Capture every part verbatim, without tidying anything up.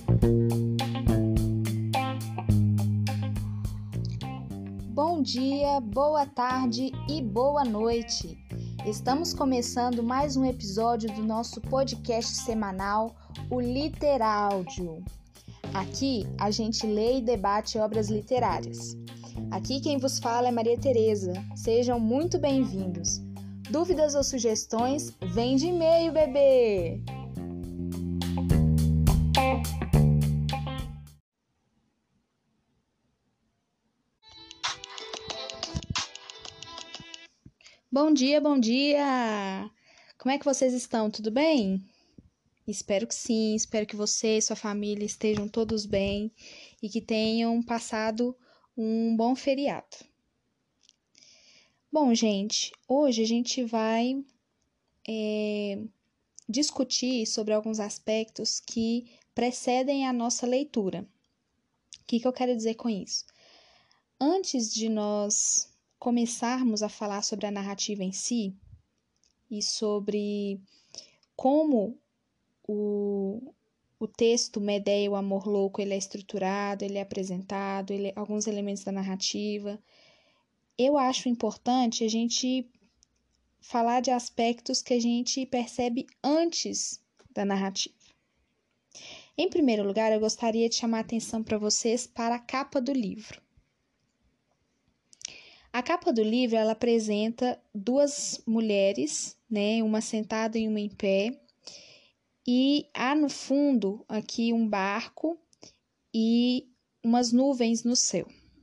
Bom dia, boa tarde e boa noite! Estamos começando mais um episódio do nosso podcast semanal, o Literáudio. Aqui a gente lê e debate obras literárias. Aqui quem vos fala é Maria Tereza. Sejam muito bem-vindos. Dúvidas ou sugestões? Vem de e-mail, bebê! Bom dia, bom dia! Como é que vocês estão? Tudo bem? Espero que sim, espero que você e sua família estejam todos bem e que tenham passado um bom feriado. Bom, gente, hoje a gente vai é, discutir sobre alguns aspectos que precedem a nossa leitura. O que, que eu quero dizer com isso? Antes de nós começarmos a falar sobre a narrativa em si e sobre como o, o texto Medéia, o Amor Louco, ele é estruturado, ele é apresentado, ele, alguns elementos da narrativa, eu acho importante a gente falar de aspectos que a gente percebe antes da narrativa. Em primeiro lugar, eu gostaria de chamar a atenção para vocês para a capa do livro. A capa do livro, ela apresenta duas mulheres, né, uma sentada e uma em pé, e há no fundo aqui um barco e umas nuvens no céu.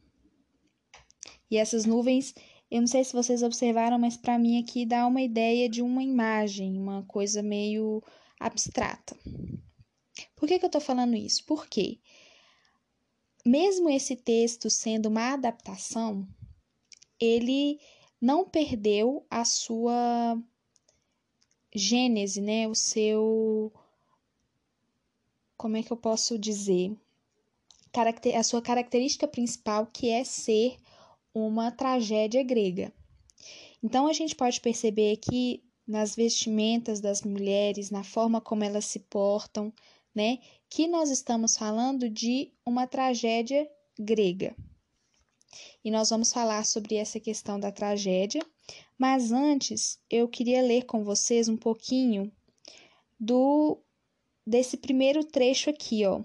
E essas nuvens, eu não sei se vocês observaram, mas para mim aqui dá uma ideia de uma imagem, uma coisa meio abstrata. Por que que eu estou falando isso? Porque mesmo esse texto sendo uma adaptação, ele não perdeu a sua gênese, né? O seu... Como é que eu posso dizer? A sua característica principal, que é ser uma tragédia grega. Então, a gente pode perceber aqui nas vestimentas das mulheres, na forma como elas se portam, né? Que nós estamos falando de uma tragédia grega. E nós vamos falar sobre essa questão da tragédia, mas antes eu queria ler com vocês um pouquinho do desse primeiro trecho aqui, ó,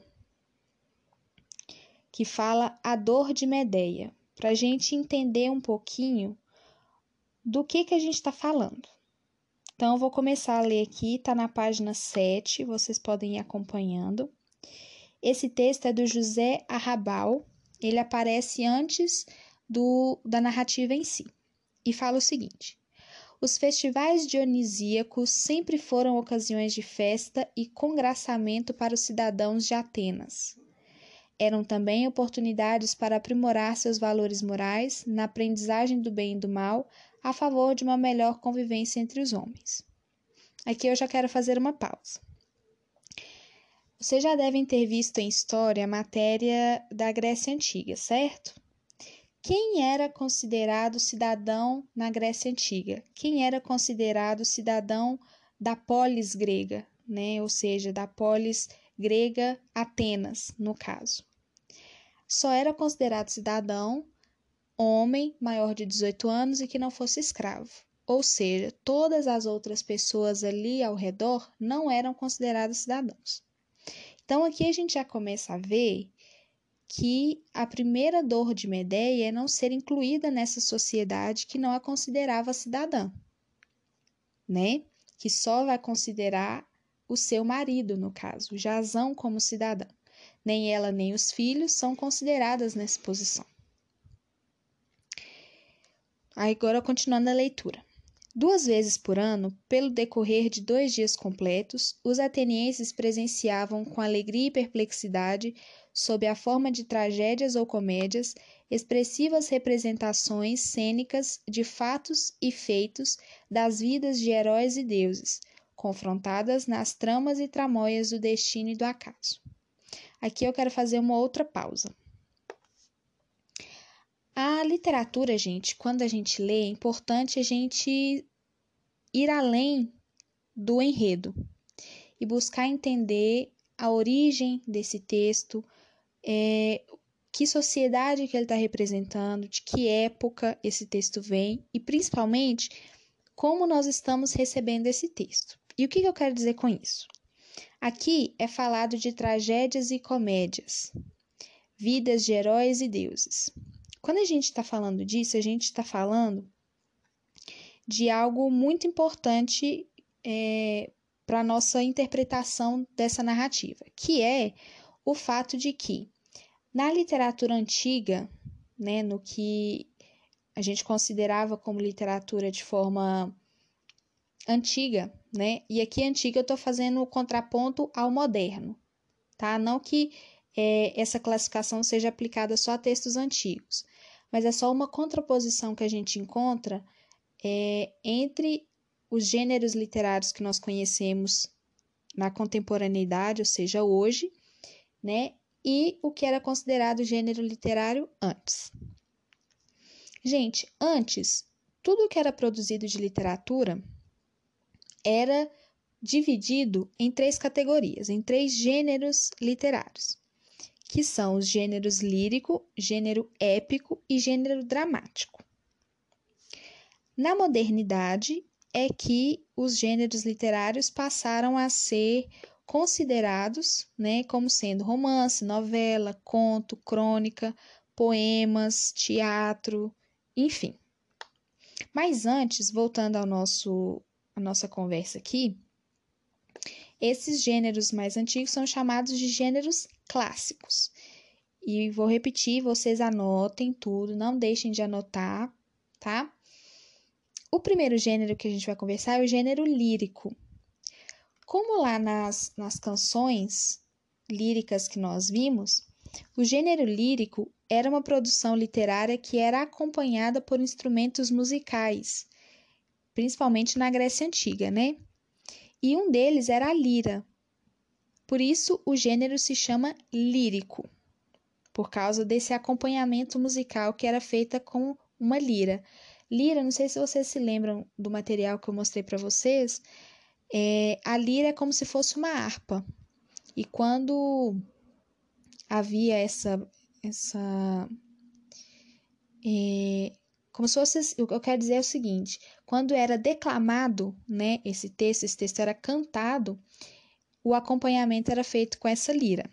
que fala A Dor de Medéia, para a gente entender um pouquinho do que, que a gente está falando. Então, eu vou começar a ler aqui, está na página sete, vocês podem ir acompanhando. Esse texto é do José Arrabal, ele aparece antes do, da narrativa em si, e fala o seguinte: os festivais dionisíacos sempre foram ocasiões de festa e congraçamento para os cidadãos de Atenas. Eram também oportunidades para aprimorar seus valores morais na aprendizagem do bem e do mal a favor de uma melhor convivência entre os homens. Aqui eu já quero fazer uma pausa. Vocês já devem ter visto em história a matéria da Grécia Antiga, certo? Quem era considerado cidadão na Grécia Antiga? Quem era considerado cidadão da polis grega, né? Ou seja, da polis grega Atenas, no caso. Só era considerado cidadão homem maior de dezoito anos e que não fosse escravo. Ou seja, todas as outras pessoas ali ao redor não eram consideradas cidadãos. Então, aqui a gente já começa a ver que a primeira dor de Medéia é não ser incluída nessa sociedade que não a considerava cidadã, né? Que só vai considerar o seu marido, no caso, Jasão, como cidadã. Nem ela nem os filhos são consideradas nessa posição. Agora, continuando a leitura. Duas vezes por ano, pelo decorrer de dois dias completos, os atenienses presenciavam com alegria e perplexidade, sob a forma de tragédias ou comédias, expressivas representações cênicas de fatos e feitos das vidas de heróis e deuses, confrontadas nas tramas e tramóias do destino e do acaso. Aqui eu quero fazer uma outra pausa. A literatura, gente, quando a gente lê, é importante a gente ir além do enredo e buscar entender a origem desse texto, é, que sociedade que ele está representando, de que época esse texto vem e, principalmente, como nós estamos recebendo esse texto. E o que eu quero dizer com isso? Aqui é falado de tragédias e comédias, vidas de heróis e deuses. Quando a gente está falando disso, a gente está falando de algo muito importante é, para a nossa interpretação dessa narrativa, que é o fato de que, na literatura antiga, né, no que a gente considerava como literatura de forma antiga, né, e aqui antiga eu estou fazendo o contraponto ao moderno, tá? Não que é, essa classificação seja aplicada só a textos antigos, mas é só uma contraposição que a gente encontra é, entre os gêneros literários que nós conhecemos na contemporaneidade, ou seja, hoje, né, e o que era considerado gênero literário antes. Gente, antes, tudo que era produzido de literatura era dividido em três categorias, em três gêneros literários, que são os gêneros lírico, gênero épico e gênero dramático. Na modernidade é que os gêneros literários passaram a ser considerados, né, como sendo romance, novela, conto, crônica, poemas, teatro, enfim. Mas antes, voltando ao nosso, à nossa conversa aqui, esses gêneros mais antigos são chamados de gêneros clássicos. E vou repetir, vocês anotem tudo, não deixem de anotar, tá? O primeiro gênero que a gente vai conversar é o gênero lírico. Como lá nas, nas canções líricas que nós vimos, o gênero lírico era uma produção literária que era acompanhada por instrumentos musicais, principalmente na Grécia Antiga, né? E um deles era a lira. Por isso, o gênero se chama lírico, por causa desse acompanhamento musical que era feita com uma lira. Lira, não sei se vocês se lembram do material que eu mostrei para vocês, é, a lira é como se fosse uma harpa. E quando havia essa... essa é, como se fosse, o que eu quero dizer é o seguinte, quando era declamado, né, esse texto, esse texto era cantado, o acompanhamento era feito com essa lira.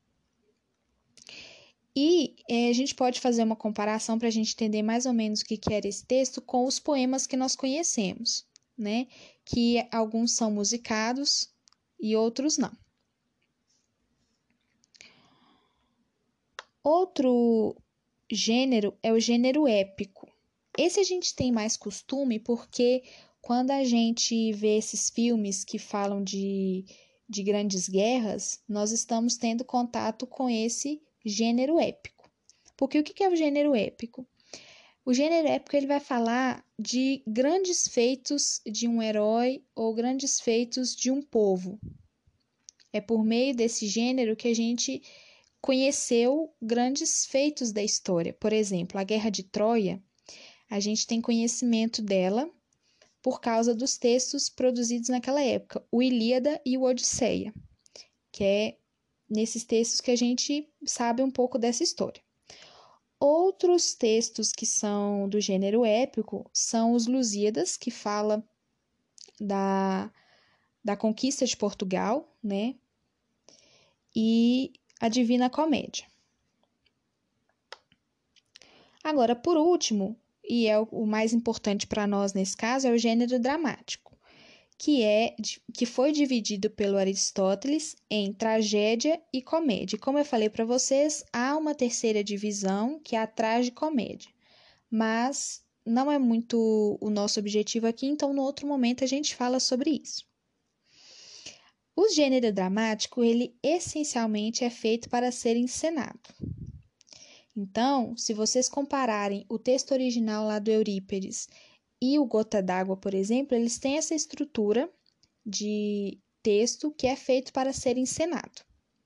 E é, a gente pode fazer uma comparação para a gente entender mais ou menos o que, que era esse texto com os poemas que nós conhecemos, né? Que alguns são musicados e outros não. Outro gênero é o gênero épico. Esse a gente tem mais costume porque quando a gente vê esses filmes que falam de, de grandes guerras, nós estamos tendo contato com esse gênero épico. Porque o que é o gênero épico? O gênero épico ele vai falar de grandes feitos de um herói ou grandes feitos de um povo. É por meio desse gênero que a gente conheceu grandes feitos da história. Por exemplo, a Guerra de Troia, a gente tem conhecimento dela por causa dos textos produzidos naquela época, o Ilíada e o Odisseia, que é nesses textos que a gente sabe um pouco dessa história. Outros textos que são do gênero épico são os Lusíadas, que fala da, da conquista de Portugal, né? E a Divina Comédia. Agora, por último, e é o mais importante para nós nesse caso, é o gênero dramático, que, é, que foi dividido pelo Aristóteles em tragédia e comédia. Como eu falei para vocês, há uma terceira divisão, que é a tragicomédia, mas não é muito o nosso objetivo aqui, então no outro momento a gente fala sobre isso. O gênero dramático, ele essencialmente é feito para ser encenado. Então, se vocês compararem o texto original lá do Eurípides e o Gota d'Água, por exemplo, eles têm essa estrutura de texto que é feito para ser encenado.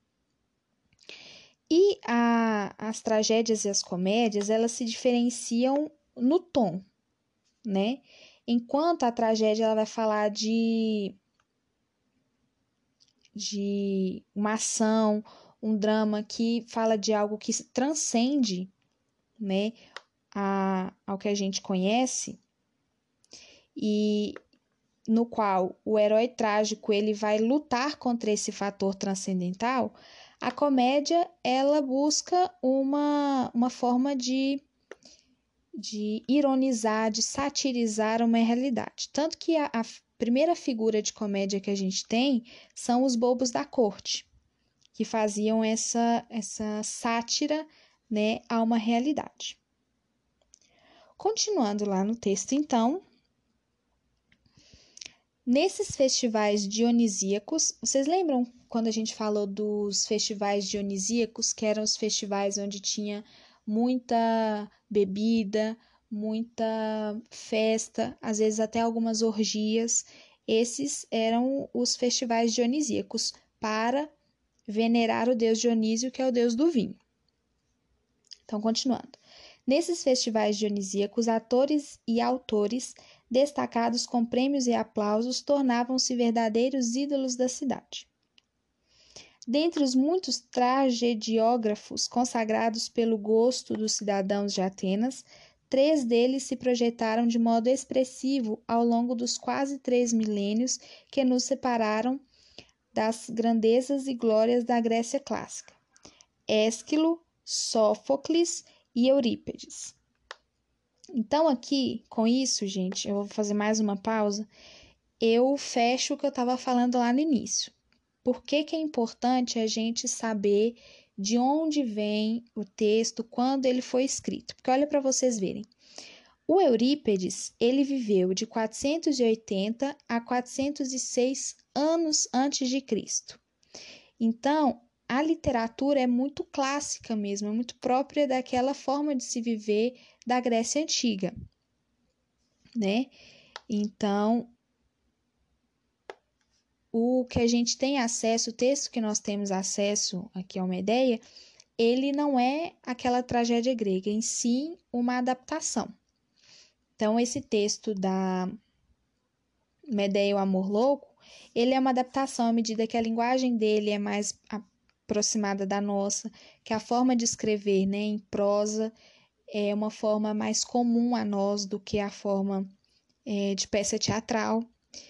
E a, as tragédias e as comédias, elas se diferenciam no tom, né? Enquanto a tragédia ela vai falar de, de uma ação, um drama que fala de algo que transcende, né, a, ao que a gente conhece, e no qual o herói trágico ele vai lutar contra esse fator transcendental, a comédia ela busca uma, uma forma de, de ironizar, de satirizar uma realidade. Tanto que a, a primeira figura de comédia que a gente tem são os bobos da corte, que faziam essa, essa sátira, né, a uma realidade. Continuando lá no texto, então, nesses festivais dionisíacos, vocês lembram quando a gente falou dos festivais dionisíacos, que eram os festivais onde tinha muita bebida, muita festa, às vezes até algumas orgias? Esses eram os festivais dionisíacos para venerar o deus Dionísio, que é o deus do vinho. Então, continuando. Nesses festivais dionisíacos, atores e autores destacados com prêmios e aplausos tornavam-se verdadeiros ídolos da cidade. Dentre os muitos tragediógrafos consagrados pelo gosto dos cidadãos de Atenas, três deles se projetaram de modo expressivo ao longo dos quase três milênios que nos separaram das grandezas e glórias da Grécia clássica: Ésquilo, Sófocles e Eurípides. Então, aqui, com isso, gente, eu vou fazer mais uma pausa, eu fecho o que eu estava falando lá no início. Por que que é importante a gente saber de onde vem o texto, quando ele foi escrito? Porque olha para vocês verem. O Eurípides, ele viveu de quatrocentos e oitenta a quatrocentos e seis anos antes de Cristo. Então, a literatura é muito clássica mesmo, é muito própria daquela forma de se viver da Grécia Antiga, né? Então, o que a gente tem acesso, o texto que nós temos acesso aqui ao Medeia, ele não é aquela tragédia grega, em si uma adaptação. Então, esse texto da Medeia, o Amor Louco, ele é uma adaptação à medida que a linguagem dele é mais aproximada da nossa, que a forma de escrever, né, em prosa é uma forma mais comum a nós do que a forma é, de peça teatral.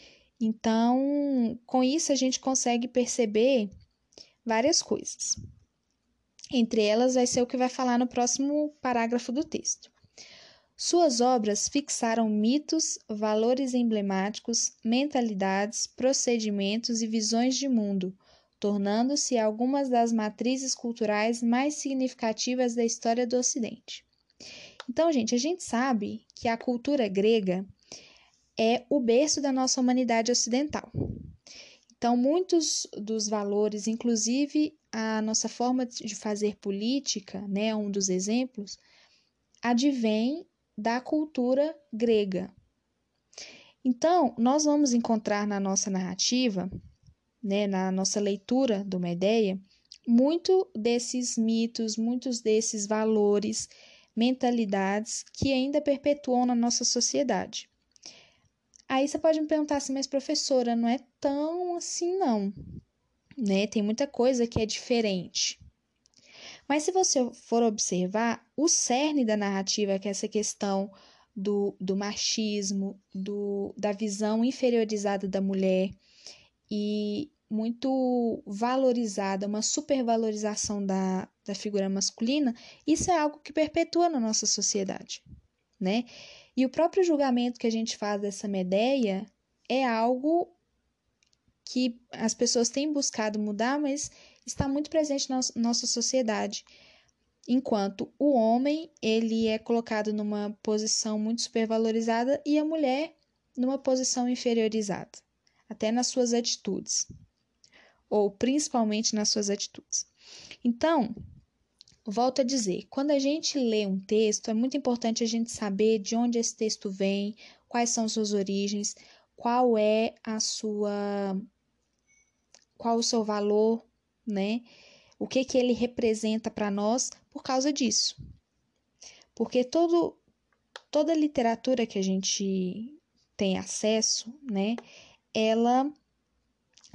Então, com isso a gente consegue perceber várias coisas. Entre elas vai ser o que vai falar no próximo parágrafo do texto. Suas obras fixaram mitos, valores emblemáticos, mentalidades, procedimentos e visões de mundo, tornando-se algumas das matrizes culturais mais significativas da história do Ocidente. Então, gente, a gente sabe que a cultura grega é o berço da nossa humanidade ocidental. Então, muitos dos valores, inclusive a nossa forma de fazer política, né, um dos exemplos, advém da cultura grega. Então, nós vamos encontrar na nossa narrativa, né, na nossa leitura do Medeia, muito desses mitos, muitos desses valores, mentalidades que ainda perpetuam na nossa sociedade. Aí você pode me perguntar assim, mas professora, não é tão assim não, né? Tem muita coisa que é diferente. Mas se você for observar, o cerne da narrativa, que é essa questão do, do machismo, do, da visão inferiorizada da mulher e muito valorizada, uma supervalorização da, da figura masculina, isso é algo que perpetua na nossa sociedade, né? E o próprio julgamento que a gente faz dessa Medeia é algo que as pessoas têm buscado mudar, mas está muito presente na nossa sociedade. Enquanto o homem, ele é colocado numa posição muito supervalorizada e a mulher numa posição inferiorizada, até nas suas atitudes, ou principalmente nas suas atitudes. Então, volto a dizer, quando a gente lê um texto, é muito importante a gente saber de onde esse texto vem, quais são suas origens, qual é a sua, qual o seu valor, né? O que que ele representa para nós por causa disso. Porque todo, toda literatura que a gente tem acesso, né? Ela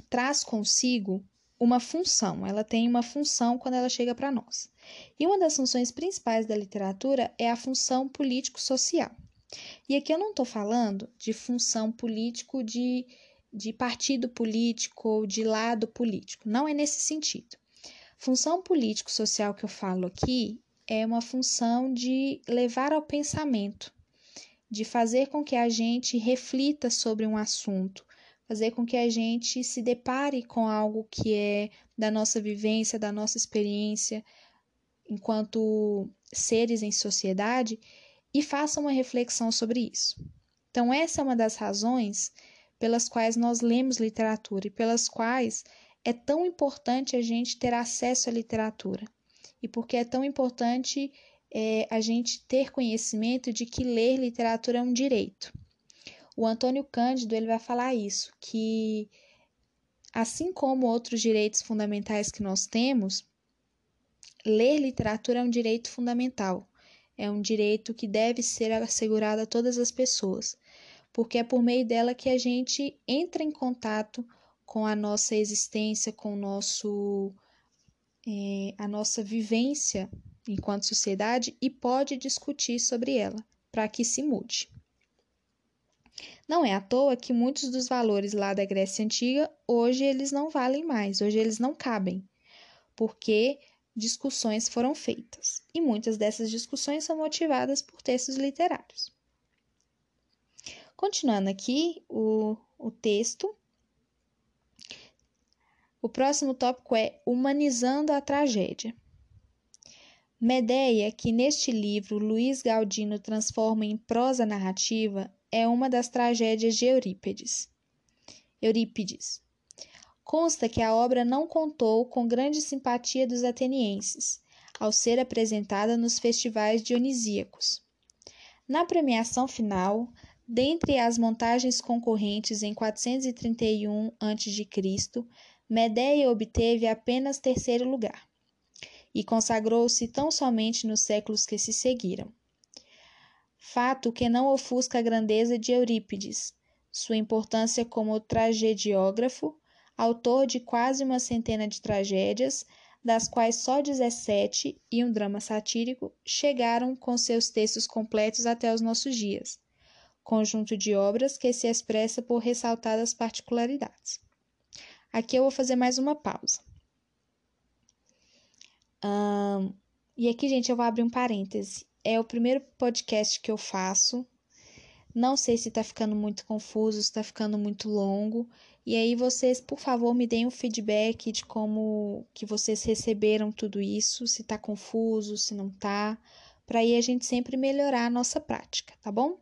traz consigo uma função, ela tem uma função quando ela chega para nós. E uma das funções principais da literatura é a função político-social. E aqui eu não estou falando de função político de, de partido político ou de lado político, não é nesse sentido. Função político-social que eu falo aqui é uma função de levar ao pensamento, de fazer com que a gente reflita sobre um assunto, fazer com que a gente se depare com algo que é da nossa vivência, da nossa experiência enquanto seres em sociedade e faça uma reflexão sobre isso. Então, essa é uma das razões pelas quais nós lemos literatura e pelas quais é tão importante a gente ter acesso à literatura e porque é tão importante é, a gente ter conhecimento de que ler literatura é um direito. O Antônio Cândido ele vai falar isso, que assim como outros direitos fundamentais que nós temos, ler literatura é um direito fundamental, é um direito que deve ser assegurado a todas as pessoas, porque é por meio dela que a gente entra em contato com a nossa existência, com o nosso, é, a nossa vivência enquanto sociedade e pode discutir sobre ela, para que se mude. Não é à toa que muitos dos valores lá da Grécia Antiga, hoje eles não valem mais, hoje eles não cabem, porque discussões foram feitas, e muitas dessas discussões são motivadas por textos literários. Continuando aqui o, o texto, o próximo tópico é Humanizando a Tragédia. Medeia, que neste livro Luiz Galdino transforma em prosa narrativa, é uma das tragédias de Eurípides. Eurípides. Consta que a obra não contou com grande simpatia dos atenienses, ao ser apresentada nos festivais dionisíacos. Na premiação final, dentre as montagens concorrentes em quatrocentos e trinta e um antes de Cristo, Medeia obteve apenas terceiro lugar, e consagrou-se tão somente nos séculos que se seguiram. Fato que não ofusca a grandeza de Eurípides, sua importância como tragediógrafo, autor de quase uma centena de tragédias, das quais só dezessete e um drama satírico chegaram com seus textos completos até os nossos dias, conjunto de obras que se expressa por ressaltadas particularidades. Aqui eu vou fazer mais uma pausa. Hum, e aqui, gente, eu vou abrir um parêntese. É o primeiro podcast que eu faço. Não sei se tá ficando muito confuso, se tá ficando muito longo. E aí vocês, por favor, me deem um feedback de como que vocês receberam tudo isso, se tá confuso, se não tá, para aí a gente sempre melhorar a nossa prática, tá bom?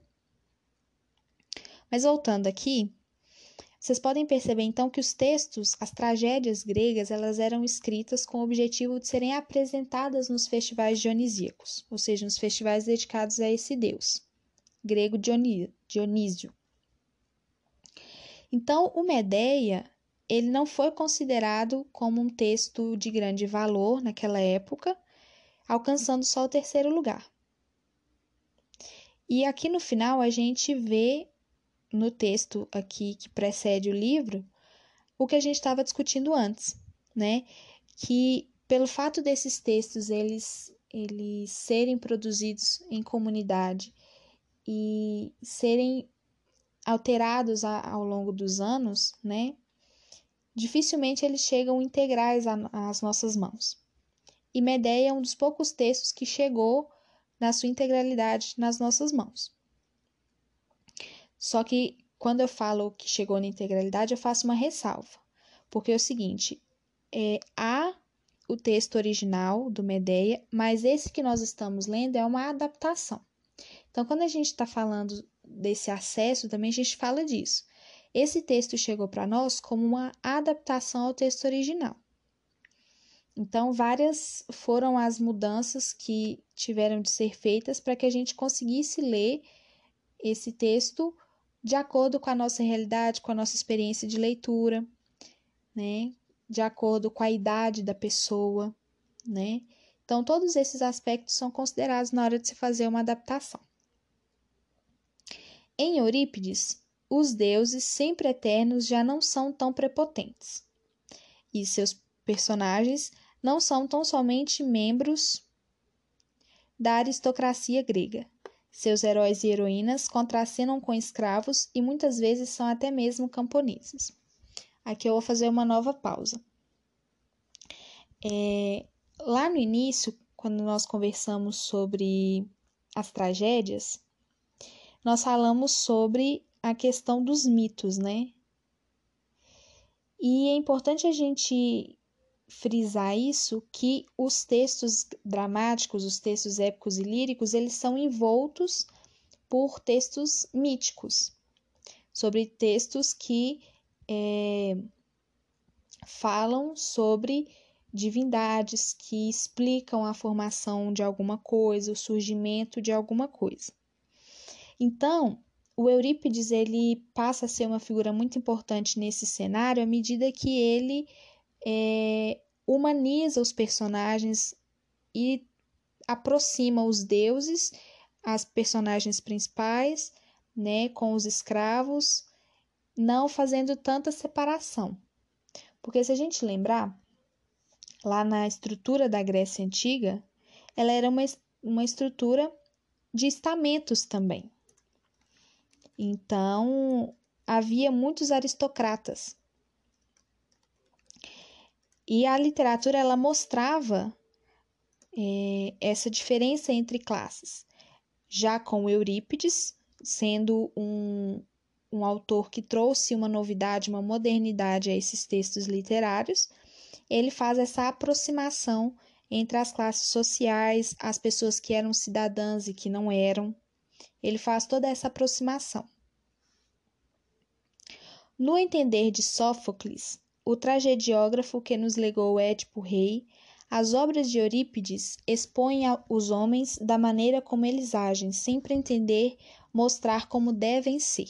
Mas voltando aqui, vocês podem perceber então que os textos, as tragédias gregas, elas eram escritas com o objetivo de serem apresentadas nos festivais dionisíacos, ou seja, nos festivais dedicados a esse deus, grego Dionísio. Então, o Medeia, ele não foi considerado como um texto de grande valor naquela época, alcançando só o terceiro lugar. E aqui no final a gente vê no texto aqui que precede o livro, o que a gente estava discutindo antes, né? Que pelo fato desses textos eles, eles serem produzidos em comunidade e serem alterados a, ao longo dos anos, né? Dificilmente eles chegam integrais às nossas mãos. E Medeia é um dos poucos textos que chegou na sua integralidade nas nossas mãos. Só que, quando eu falo que chegou na integralidade, eu faço uma ressalva. Porque é o seguinte, é, há o texto original do Medeia, mas esse que nós estamos lendo é uma adaptação. Então, quando a gente está falando desse acesso, também a gente fala disso. Esse texto chegou para nós como uma adaptação ao texto original. Então, várias foram as mudanças que tiveram de ser feitas para que a gente conseguisse ler esse texto de acordo com a nossa realidade, com a nossa experiência de leitura, né? De acordo com a idade da pessoa, né? Então, todos esses aspectos são considerados na hora de se fazer uma adaptação. Em Eurípides, os deuses, sempre eternos, já não são tão prepotentes, e seus personagens não são tão somente membros da aristocracia grega. Seus heróis e heroínas contracenam com escravos e muitas vezes são até mesmo camponeses. Aqui eu vou fazer uma nova pausa. É, lá no início, quando nós conversamos sobre as tragédias, nós falamos sobre a questão dos mitos, né? E é importante a gente frisar isso, que os textos dramáticos, os textos épicos e líricos, eles são envoltos por textos míticos, sobre textos que é, falam sobre divindades, que explicam a formação de alguma coisa, o surgimento de alguma coisa. Então, o Eurípides ele passa a ser uma figura muito importante nesse cenário à medida que ele é, humaniza os personagens e aproxima os deuses, as personagens principais, né, com os escravos, não fazendo tanta separação. Porque se a gente lembrar, lá na estrutura da Grécia Antiga, ela era uma, uma estrutura de estamentos também. Então, havia muitos aristocratas. E a literatura, ela mostrava é, essa diferença entre classes. Já com Eurípides, sendo um, um autor que trouxe uma novidade, uma modernidade a esses textos literários, ele faz essa aproximação entre as classes sociais, as pessoas que eram cidadãs e que não eram. Ele faz toda essa aproximação. No entender de Sófocles, o tragediógrafo que nos legou o Édipo Rei, as obras de Eurípides expõem os homens da maneira como eles agem, sem pretender mostrar como devem ser.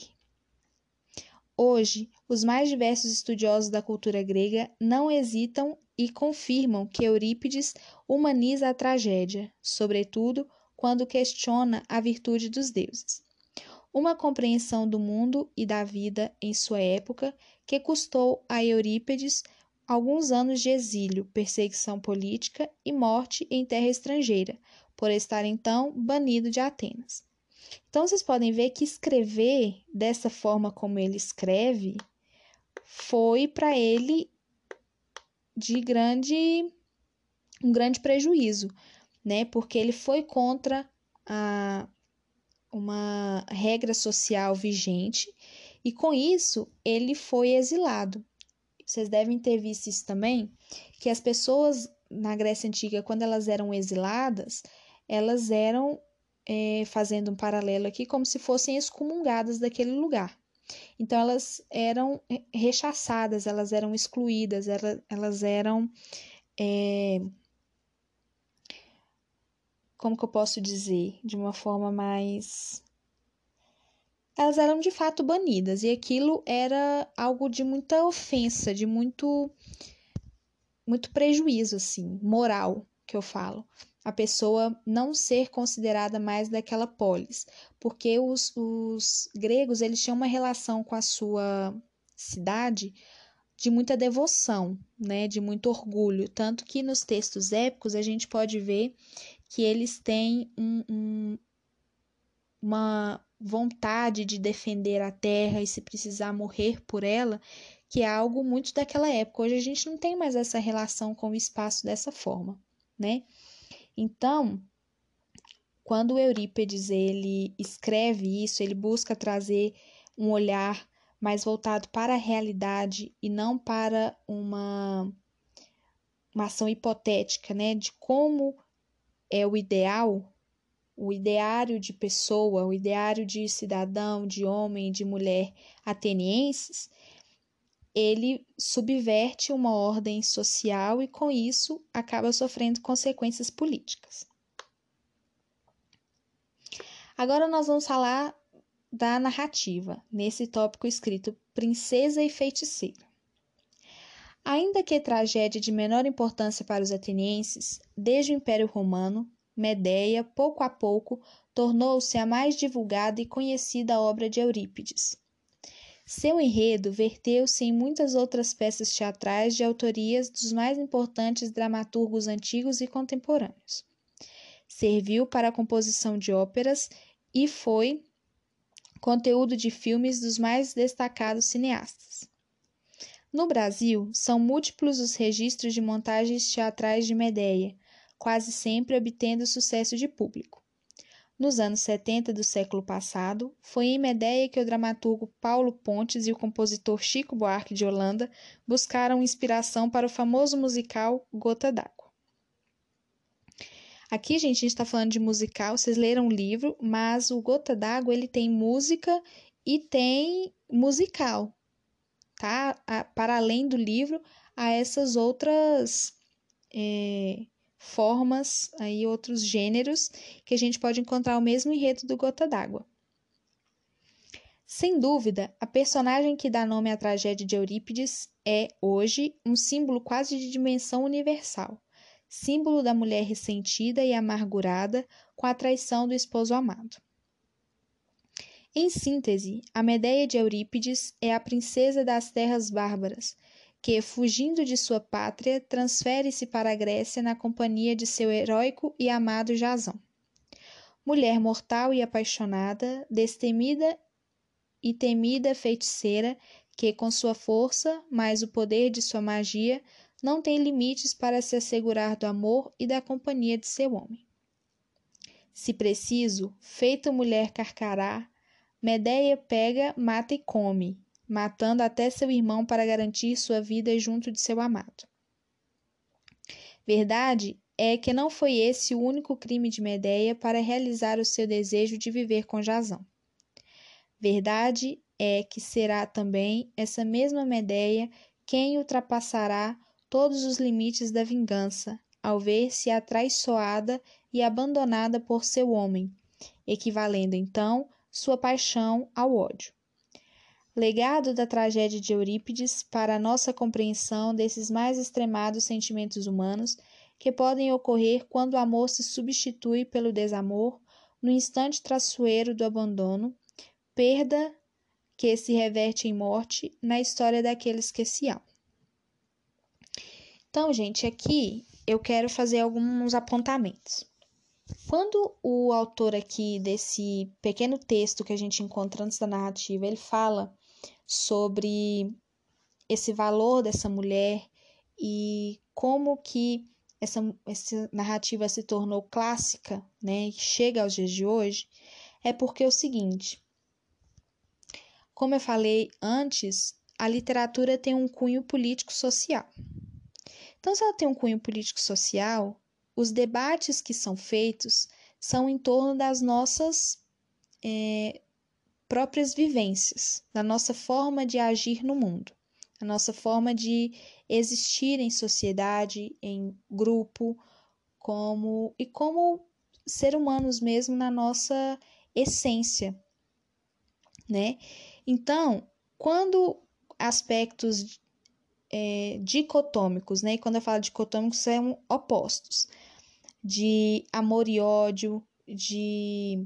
Hoje, os mais diversos estudiosos da cultura grega não hesitam e confirmam que Eurípides humaniza a tragédia, sobretudo quando questiona a virtude dos deuses. Uma compreensão do mundo e da vida em sua época que custou a Eurípides alguns anos de exílio, perseguição política e morte em terra estrangeira, por estar então banido de Atenas. Então, vocês podem ver que escrever dessa forma como ele escreve foi para ele de grande, um grande prejuízo, né? Porque ele foi contra a, uma regra social vigente e, com isso, ele foi exilado. Vocês devem ter visto isso também, que as pessoas na Grécia Antiga, quando elas eram exiladas, elas eram, é, fazendo um paralelo aqui, como se fossem excomungadas daquele lugar. Então, elas eram rechaçadas, elas eram excluídas, elas, elas eram, é, como que eu posso dizer, de uma forma mais... Elas eram de fato banidas, e aquilo era algo de muita ofensa, de muito, muito prejuízo, assim, moral, que eu falo. A pessoa não ser considerada mais daquela polis, porque os, os gregos, eles tinham uma relação com a sua cidade de muita devoção, né, de muito orgulho, tanto que nos textos épicos a gente pode ver que eles têm um, um, uma vontade de defender a terra e se precisar morrer por ela, que é algo muito daquela época. Hoje a gente não tem mais essa relação com o espaço dessa forma, né? Então, quando Eurípides ele escreve isso, ele busca trazer um olhar mais voltado para a realidade e não para uma, uma ação hipotética, né? De como é o ideal, o ideário de pessoa, o ideário de cidadão, de homem, de mulher atenienses, ele subverte uma ordem social e, com isso, acaba sofrendo consequências políticas. Agora nós vamos falar da narrativa, nesse tópico escrito Princesa e Feiticeira. Ainda que tragédia de menor importância para os atenienses, desde o Império Romano, Medeia, pouco a pouco, tornou-se a mais divulgada e conhecida obra de Eurípides. Seu enredo verteu-se em muitas outras peças teatrais de autorias dos mais importantes dramaturgos antigos e contemporâneos. Serviu para a composição de óperas e foi conteúdo de filmes dos mais destacados cineastas. No Brasil, são múltiplos os registros de montagens teatrais de Medéia, quase sempre obtendo sucesso de público. Nos anos setenta do século passado, foi em Medéia que o dramaturgo Paulo Pontes e o compositor Chico Buarque de Holanda buscaram inspiração para o famoso musical Gota d'Água. Aqui, gente, a gente está falando de musical, vocês leram o livro, mas o Gota d'Água ele tem música e tem musical, tá? Para além do livro, há essas outras é, formas, aí outros gêneros, que a gente pode encontrar o mesmo enredo do Gota d'Água. Sem dúvida, a personagem que dá nome à tragédia de Eurípides é, hoje, um símbolo quase de dimensão universal, símbolo da mulher ressentida e amargurada com a traição do esposo amado. Em síntese, a Medéia de Eurípides é a princesa das terras bárbaras, que, fugindo de sua pátria, transfere-se para a Grécia na companhia de seu heróico e amado Jasão. Mulher mortal e apaixonada, destemida e temida feiticeira, que, com sua força, mais o poder de sua magia, não tem limites para se assegurar do amor e da companhia de seu homem. Se preciso, feita mulher carcará, Medéia pega, mata e come, matando até seu irmão para garantir sua vida junto de seu amado. Verdade é que não foi esse o único crime de Medéia para realizar o seu desejo de viver com Jasão. Verdade é que será também essa mesma Medéia quem ultrapassará todos os limites da vingança, ao ver-se atraiçoada e abandonada por seu homem, equivalendo então sua paixão ao ódio. Legado da tragédia de Eurípides para a nossa compreensão desses mais extremados sentimentos humanos que podem ocorrer quando o amor se substitui pelo desamor no instante traiçoeiro do abandono, perda que se reverte em morte na história daqueles que se amam. Então, gente, aqui eu quero fazer alguns apontamentos. Quando o autor aqui desse pequeno texto que a gente encontra antes da narrativa, ele fala sobre esse valor dessa mulher e como que essa, essa narrativa se tornou clássica, né, e chega aos dias de hoje, é porque é o seguinte, como eu falei antes, a literatura tem um cunho político-social. Então, se ela tem um cunho político-social, os debates que são feitos são em torno das nossas é, próprias vivências, da nossa forma de agir no mundo, a nossa forma de existir em sociedade, em grupo, como e como ser humanos mesmo na nossa essência, né? Então, quando aspectos é, dicotômicos, né? E quando eu falo dicotômicos, são opostos, de amor e ódio, de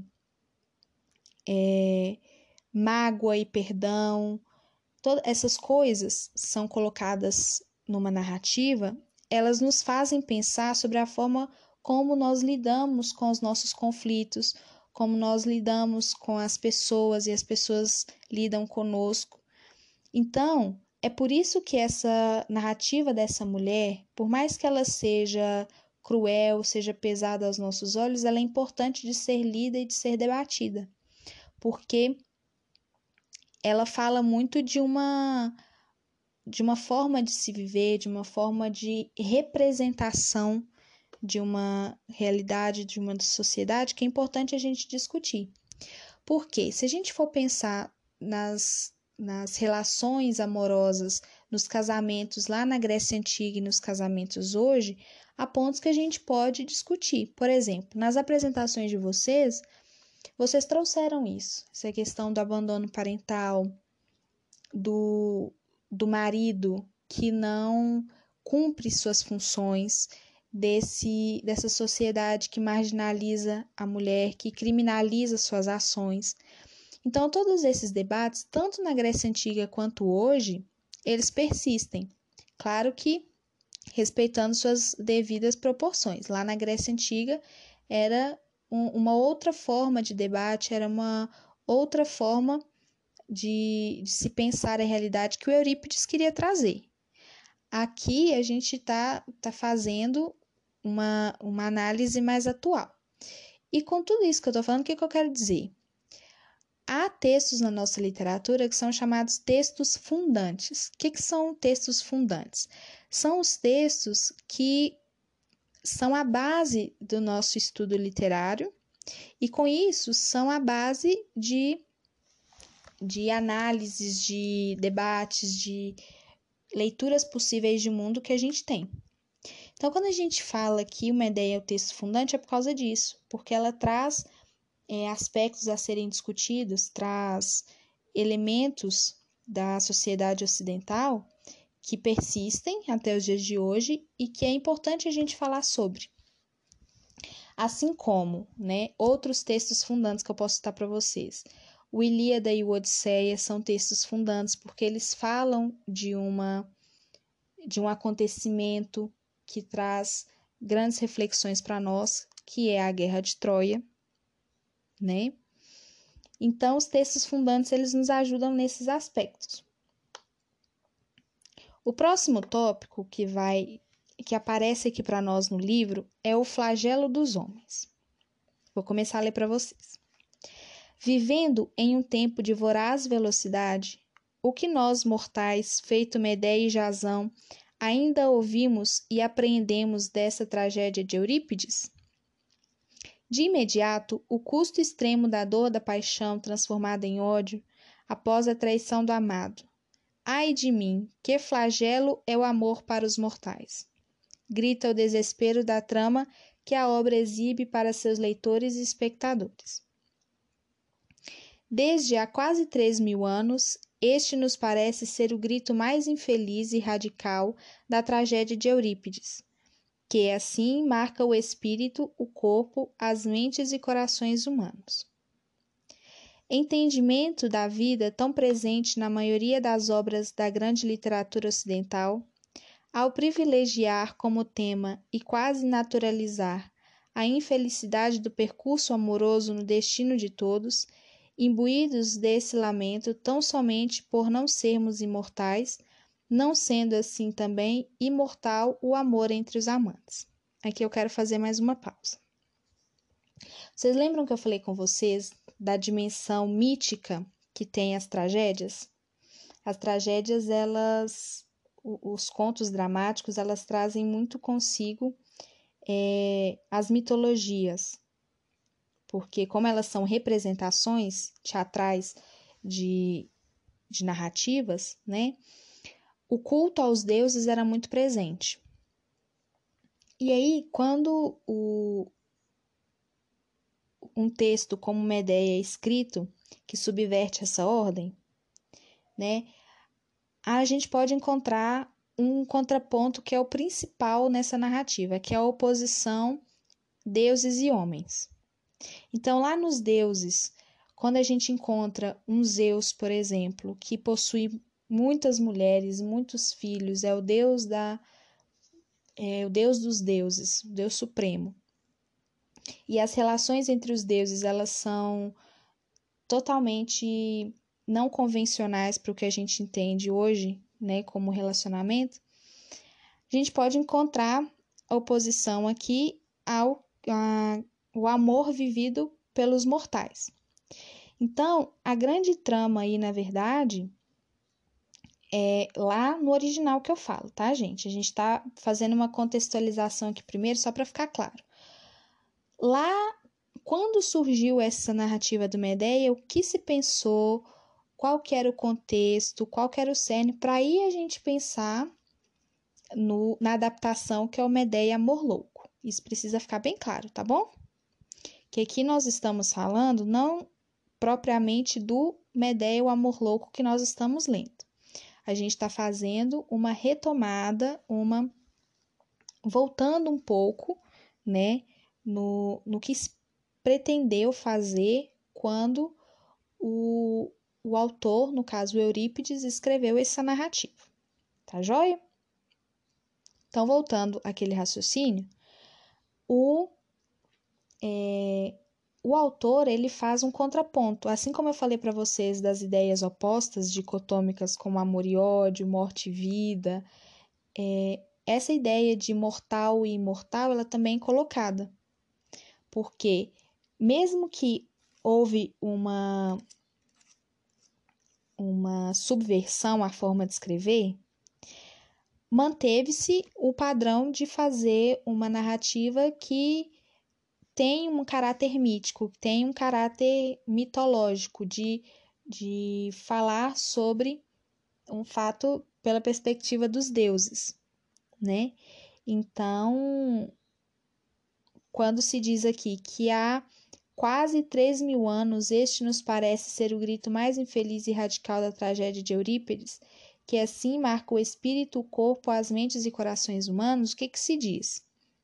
é, mágoa e perdão, todas essas coisas são colocadas numa narrativa, elas nos fazem pensar sobre a forma como nós lidamos com os nossos conflitos, como nós lidamos com as pessoas e as pessoas lidam conosco. Então, é por isso que essa narrativa dessa mulher, por mais que ela seja cruel, seja pesada aos nossos olhos, ela é importante de ser lida e de ser debatida, porque ela fala muito de uma, de uma forma de se viver, de uma forma de representação de uma realidade, de uma sociedade que é importante a gente discutir. Porque se a gente for pensar nas, nas relações amorosas, nos casamentos lá na Grécia Antiga e nos casamentos hoje, há pontos que a gente pode discutir. Por exemplo, nas apresentações de vocês, vocês trouxeram isso, essa questão do abandono parental, do, do marido que não cumpre suas funções, desse, dessa sociedade que marginaliza a mulher, que criminaliza suas ações. Então, todos esses debates, tanto na Grécia Antiga quanto hoje, eles persistem. Claro que respeitando suas devidas proporções. Lá na Grécia Antiga era um, uma outra forma de debate, era uma outra forma de, de se pensar a realidade que o Eurípides queria trazer. Aqui a gente está tá fazendo uma, uma análise mais atual. E com tudo isso que eu estou falando, o que, que eu quero dizer? Há textos na nossa literatura que são chamados textos fundantes. O que, que são textos fundantes? São os textos que são a base do nosso estudo literário e, com isso, são a base de, de análises, de debates, de leituras possíveis de mundo que a gente tem. Então, quando a gente fala que uma ideia é o texto fundante, é por causa disso, porque ela traz É, aspectos a serem discutidos, traz elementos da sociedade ocidental que persistem até os dias de hoje e que é importante a gente falar sobre. Assim como, né, outros textos fundantes que eu posso citar para vocês. O Ilíada e o Odisseia são textos fundantes porque eles falam de, uma, de um acontecimento que traz grandes reflexões para nós, que é a Guerra de Troia. Né? Então, os textos fundantes, eles nos ajudam nesses aspectos. O próximo tópico que vai que aparece aqui para nós no livro é o flagelo dos homens. Vou começar a ler para vocês. Vivendo em um tempo de voraz velocidade, o que nós mortais, feito Medeia e Jasão, ainda ouvimos e apreendemos dessa tragédia de Eurípides? De imediato, o custo extremo da dor da paixão transformada em ódio, após a traição do amado. Ai de mim, que flagelo é o amor para os mortais! Grita o desespero da trama que a obra exibe para seus leitores e espectadores. Desde há quase três mil anos, este nos parece ser o grito mais infeliz e radical da tragédia de Eurípides, que assim marca o espírito, o corpo, as mentes e corações humanos. Entendimento da vida tão presente na maioria das obras da grande literatura ocidental, ao privilegiar como tema e quase naturalizar a infelicidade do percurso amoroso no destino de todos, imbuídos desse lamento tão somente por não sermos imortais, não sendo assim também imortal o amor entre os amantes. Aqui eu quero fazer mais uma pausa. Vocês lembram que eu falei com vocês da dimensão mítica que tem as tragédias? As tragédias, elas, os contos dramáticos, elas trazem muito consigo é, as mitologias, porque como elas são representações teatrais de, de narrativas, né? O culto aos deuses era muito presente. E aí, quando o, um texto como Medeia é escrito, que subverte essa ordem, né, a gente pode encontrar um contraponto que é o principal nessa narrativa, que é a oposição deuses e homens. Então, lá nos deuses, quando a gente encontra um Zeus, por exemplo, que possui muitas mulheres, muitos filhos, é o deus da é o deus dos deuses, o Deus supremo. E as relações entre os deuses, elas são totalmente não convencionais para o que a gente entende hoje, né, como relacionamento. A gente pode encontrar a oposição aqui ao a, o amor vivido pelos mortais. Então, a grande trama aí, na verdade, é lá no original que eu falo, tá, gente? A gente tá fazendo uma contextualização aqui primeiro, só para ficar claro. Lá, quando surgiu essa narrativa do Medeia, o que se pensou, qual que era o contexto, qual que era o cerne, para aí a gente pensar no, na adaptação que é o Medeia Amor Louco. Isso precisa ficar bem claro, tá bom? Que aqui nós estamos falando não propriamente do Medeia o Amor Louco que nós estamos lendo. A gente está fazendo uma retomada, uma voltando um pouco, né, no, no que pretendeu fazer quando o, o autor, no caso Eurípides, escreveu essa narrativa. Tá joia? Então, voltando àquele raciocínio, o, é, o autor ele faz um contraponto. Assim como eu falei para vocês das ideias opostas, dicotômicas como amor e ódio, morte e vida, é, essa ideia de mortal e imortal ela também é colocada. Porque mesmo que houve uma, uma subversão à forma de escrever, manteve-se o padrão de fazer uma narrativa que tem um caráter mítico, tem um caráter mitológico, de, de falar sobre um fato pela perspectiva dos deuses, né? Então, quando se diz aqui que há quase três mil anos este nos parece ser o grito mais infeliz e radical da tragédia de Eurípides, que assim marca o espírito, o corpo, as mentes e corações humanos, o que que se diz?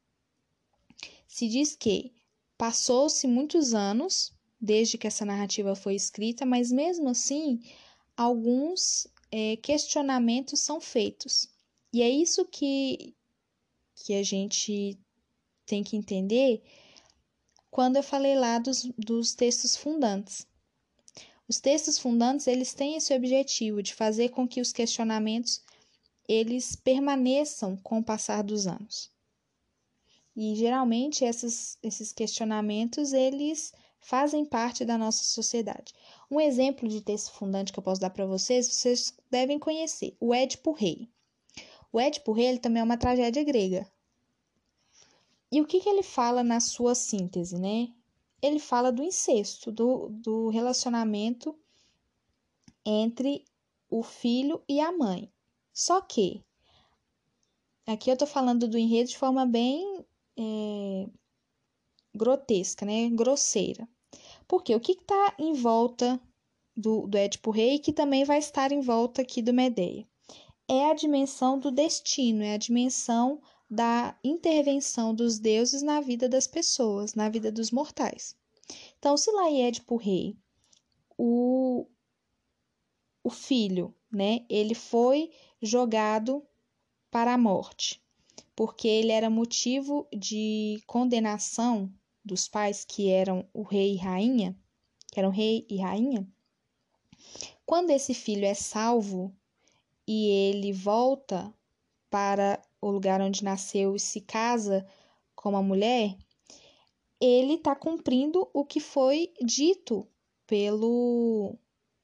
Se diz que passou-se muitos anos desde que essa narrativa foi escrita, mas mesmo assim, alguns é, questionamentos são feitos. E é isso que, que a gente tem que entender quando eu falei lá dos, dos textos fundantes. Os textos fundantes, eles têm esse objetivo de fazer com que os questionamentos eles permaneçam com o passar dos anos. E geralmente esses, esses questionamentos, eles fazem parte da nossa sociedade. Um exemplo de texto fundante que eu posso dar para vocês, vocês devem conhecer, o Édipo Rei. O Édipo Rei ele também é uma tragédia grega. E o que, que ele fala na sua síntese, né? Ele fala do incesto, do, do relacionamento entre o filho e a mãe. Só que, aqui eu tô falando do enredo de forma bem é, grotesca, né? Grosseira. Porque o que está em volta do, do Édipo Rei, que também vai estar em volta aqui do Medeia? É a dimensão do destino, é a dimensão da intervenção dos deuses na vida das pessoas, na vida dos mortais. Então, se lá em Édipo Rei, o, o filho, né, ele foi jogado para a morte, porque ele era motivo de condenação dos pais que eram o rei e rainha, que eram rei e rainha. Quando esse filho é salvo e ele volta para o lugar onde nasceu e se casa com uma mulher, ele está cumprindo o que foi dito pelo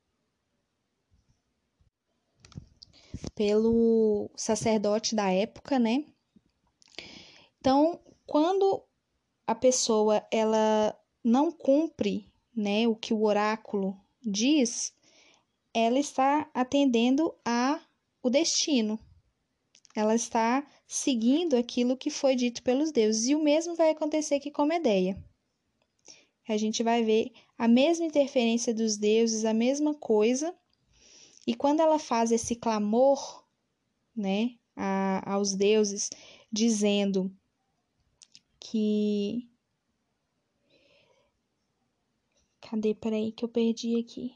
pelo sacerdote da época, né? Então, quando a pessoa ela não cumpre, né, o que o oráculo diz, ela está atendendo a o destino. Ela está seguindo aquilo que foi dito pelos deuses. E o mesmo vai acontecer aqui com Medeia. A gente vai ver a mesma interferência dos deuses, a mesma coisa. E quando ela faz esse clamor, né, a, aos deuses, dizendo que... Cadê? Peraí que eu perdi aqui.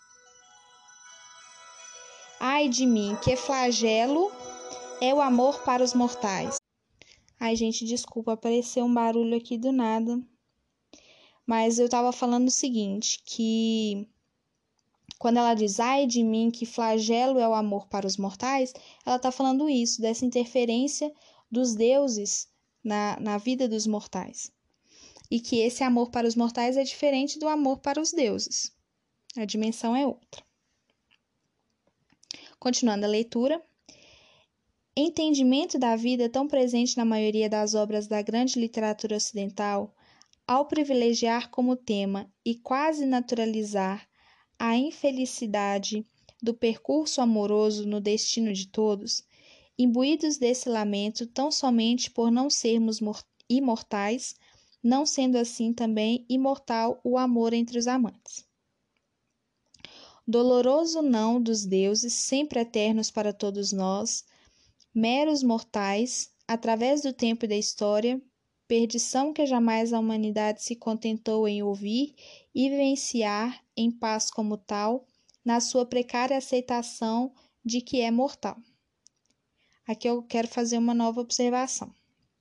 Ai de mim, que flagelo é o amor para os mortais. Ai, gente, desculpa, apareceu um barulho aqui do nada. Mas eu estava falando o seguinte, que quando ela diz, ai de mim, que flagelo é o amor para os mortais, ela está falando isso, dessa interferência dos deuses na, na vida dos mortais. E que esse amor para os mortais é diferente do amor para os deuses. A dimensão é outra. Continuando a leitura. Entendimento da vida tão presente na maioria das obras da grande literatura ocidental, ao privilegiar como tema e quase naturalizar a infelicidade do percurso amoroso no destino de todos, imbuídos desse lamento tão somente por não sermos imortais, não sendo assim também imortal o amor entre os amantes. Doloroso não dos deuses, sempre eternos para todos nós, meros mortais, através do tempo e da história, perdição que jamais a humanidade se contentou em ouvir e vivenciar em paz como tal, na sua precária aceitação de que é mortal. Aqui eu quero fazer uma nova observação.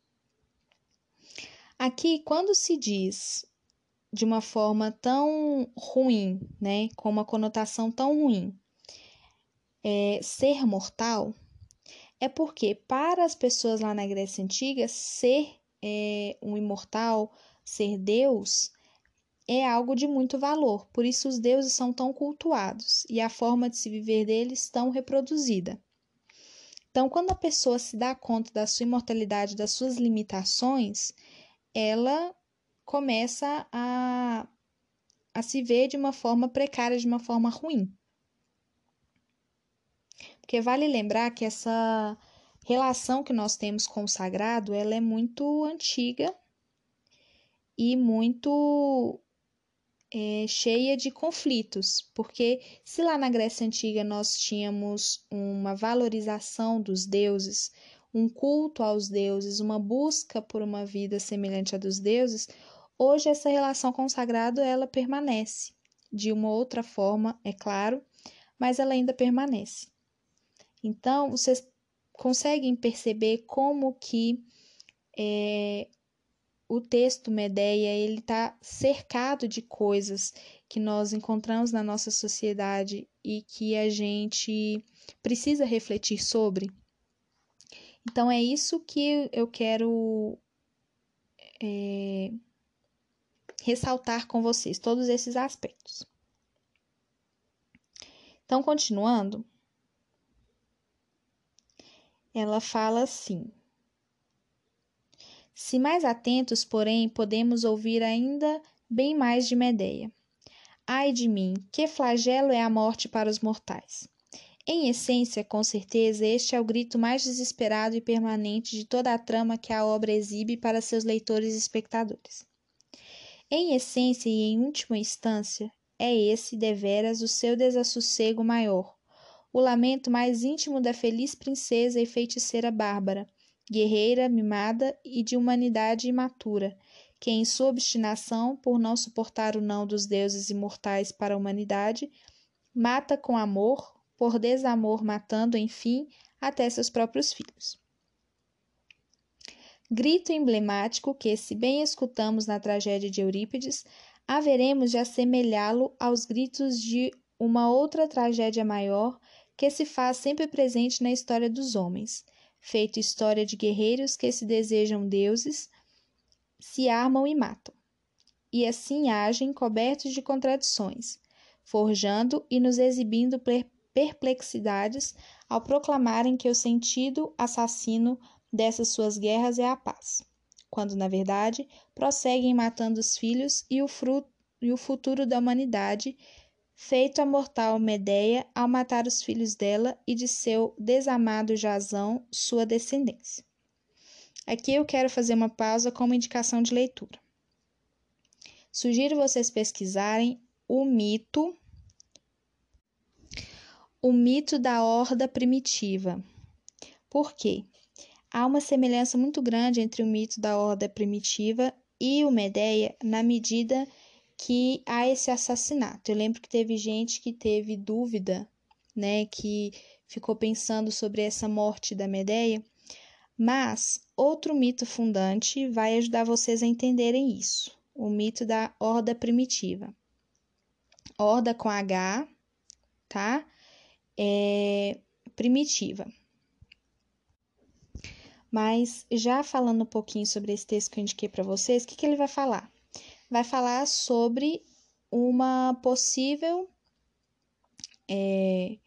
Aqui, quando se diz de uma forma tão ruim, né, com uma conotação tão ruim, é, ser mortal, é porque para as pessoas lá na Grécia Antiga, ser é, um imortal, ser Deus, é algo de muito valor. Por isso os deuses são tão cultuados e a forma de se viver deles tão reproduzida. Então, quando a pessoa se dá conta da sua imortalidade, das suas limitações, ela começa a, a se ver de uma forma precária, de uma forma ruim. Porque vale lembrar que essa relação que nós temos com o sagrado, ela é muito antiga e muito é, cheia de conflitos. Porque se lá na Grécia Antiga nós tínhamos uma valorização dos deuses, um culto aos deuses, uma busca por uma vida semelhante à dos deuses, hoje essa relação com o sagrado ela permanece. De uma outra forma, é claro, mas ela ainda permanece. Então, vocês conseguem perceber como que é, o texto Medeia ele está cercado de coisas que nós encontramos na nossa sociedade e que a gente precisa refletir sobre. Então, é isso que eu quero é, ressaltar com vocês, todos esses aspectos. Então, continuando, ela fala assim: se mais atentos, porém, podemos ouvir ainda bem mais de Medeia. Ai de mim, que flagelo é a morte para os mortais! Em essência, com certeza, este é o grito mais desesperado e permanente de toda a trama que a obra exibe para seus leitores e espectadores. Em essência e em última instância, é esse, deveras, o seu desassossego maior, o lamento mais íntimo da feliz princesa e feiticeira Bárbara, guerreira, mimada e de humanidade imatura, que em sua obstinação, por não suportar o não dos deuses imortais para a humanidade, mata com amor, por desamor matando, enfim, até seus próprios filhos. Grito emblemático que, se bem escutamos na tragédia de Eurípides, haveremos de assemelhá-lo aos gritos de uma outra tragédia maior que se faz sempre presente na história dos homens, feito história de guerreiros que se desejam deuses, se armam e matam, e assim agem cobertos de contradições, forjando e nos exibindo perplexidades ao proclamarem que o sentido assassino dessas suas guerras é a paz, quando, na verdade, prosseguem matando os filhos e o, fruto, e o futuro da humanidade, feito a mortal Medeia ao matar os filhos dela e de seu desamado Jasão, sua descendência. Aqui eu quero fazer uma pausa como indicação de leitura. Sugiro vocês pesquisarem o mito, o mito da horda primitiva. Por quê? Há uma semelhança muito grande entre o mito da horda primitiva e o Medeia na medida que há esse assassinato. Eu lembro que teve gente que teve dúvida, né, que ficou pensando sobre essa morte da Medeia, mas outro mito fundante vai ajudar vocês a entenderem isso, o mito da horda primitiva. Horda com H, tá? É primitiva. Mas já falando um pouquinho sobre esse texto que eu indiquei para vocês, o que, que ele vai falar? Vai falar sobre uma possível é,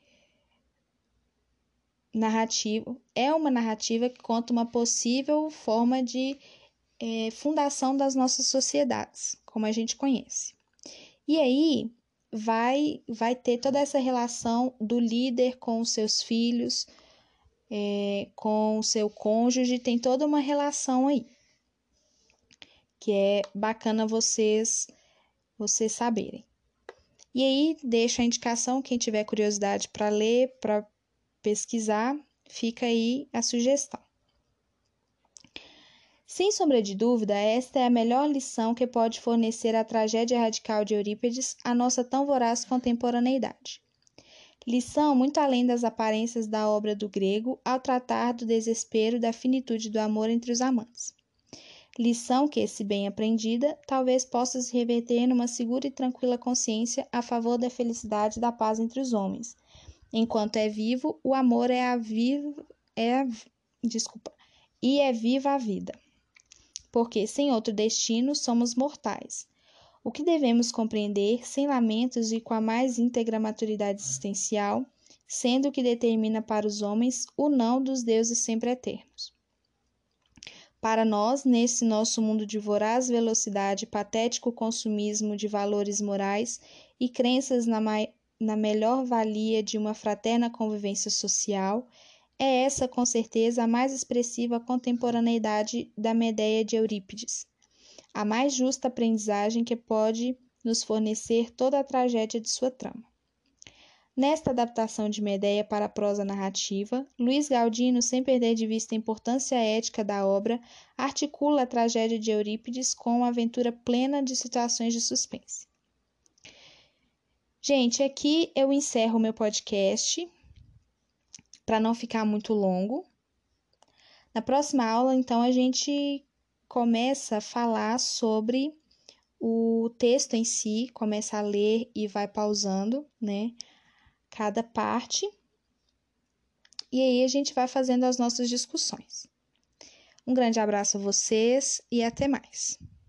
narrativa, é uma narrativa que conta uma possível forma de é, fundação das nossas sociedades, como a gente conhece. E aí vai, vai ter toda essa relação do líder com os seus filhos, É, com o seu cônjuge, tem toda uma relação aí, que é bacana vocês, vocês saberem. E aí, deixo a indicação, quem tiver curiosidade para ler, para pesquisar, fica aí a sugestão. Sem sombra de dúvida, esta é a melhor lição que pode fornecer a tragédia radical de Eurípides à nossa tão voraz contemporaneidade. Lição muito além das aparências da obra do grego ao tratar do desespero e da finitude do amor entre os amantes. Lição que, se bem aprendida, talvez possa se reverter numa segura e tranquila consciência a favor da felicidade e da paz entre os homens. Enquanto é vivo, o amor é a viva, é a, desculpa, e é viva a vida. Porque sem outro destino somos mortais. O que devemos compreender sem lamentos e com a mais íntegra maturidade existencial, sendo o que determina para os homens o não dos deuses sempre eternos. Para nós, nesse nosso mundo de voraz velocidade, patético consumismo de valores morais e crenças na, na melhor valia de uma fraterna convivência social, é essa, com certeza, a mais expressiva contemporaneidade da Medéia de Eurípides, a mais justa aprendizagem que pode nos fornecer toda a tragédia de sua trama. Nesta adaptação de Medéia para a prosa narrativa, Luiz Galdino, sem perder de vista a importância ética da obra, articula a tragédia de Eurípides com uma aventura plena de situações de suspense. Gente, aqui eu encerro o meu podcast, para não ficar muito longo. Na próxima aula, então, a gente começa a falar sobre o texto em si, começa a ler e vai pausando, né, cada parte. E aí a gente vai fazendo as nossas discussões. Um grande abraço a vocês e até mais.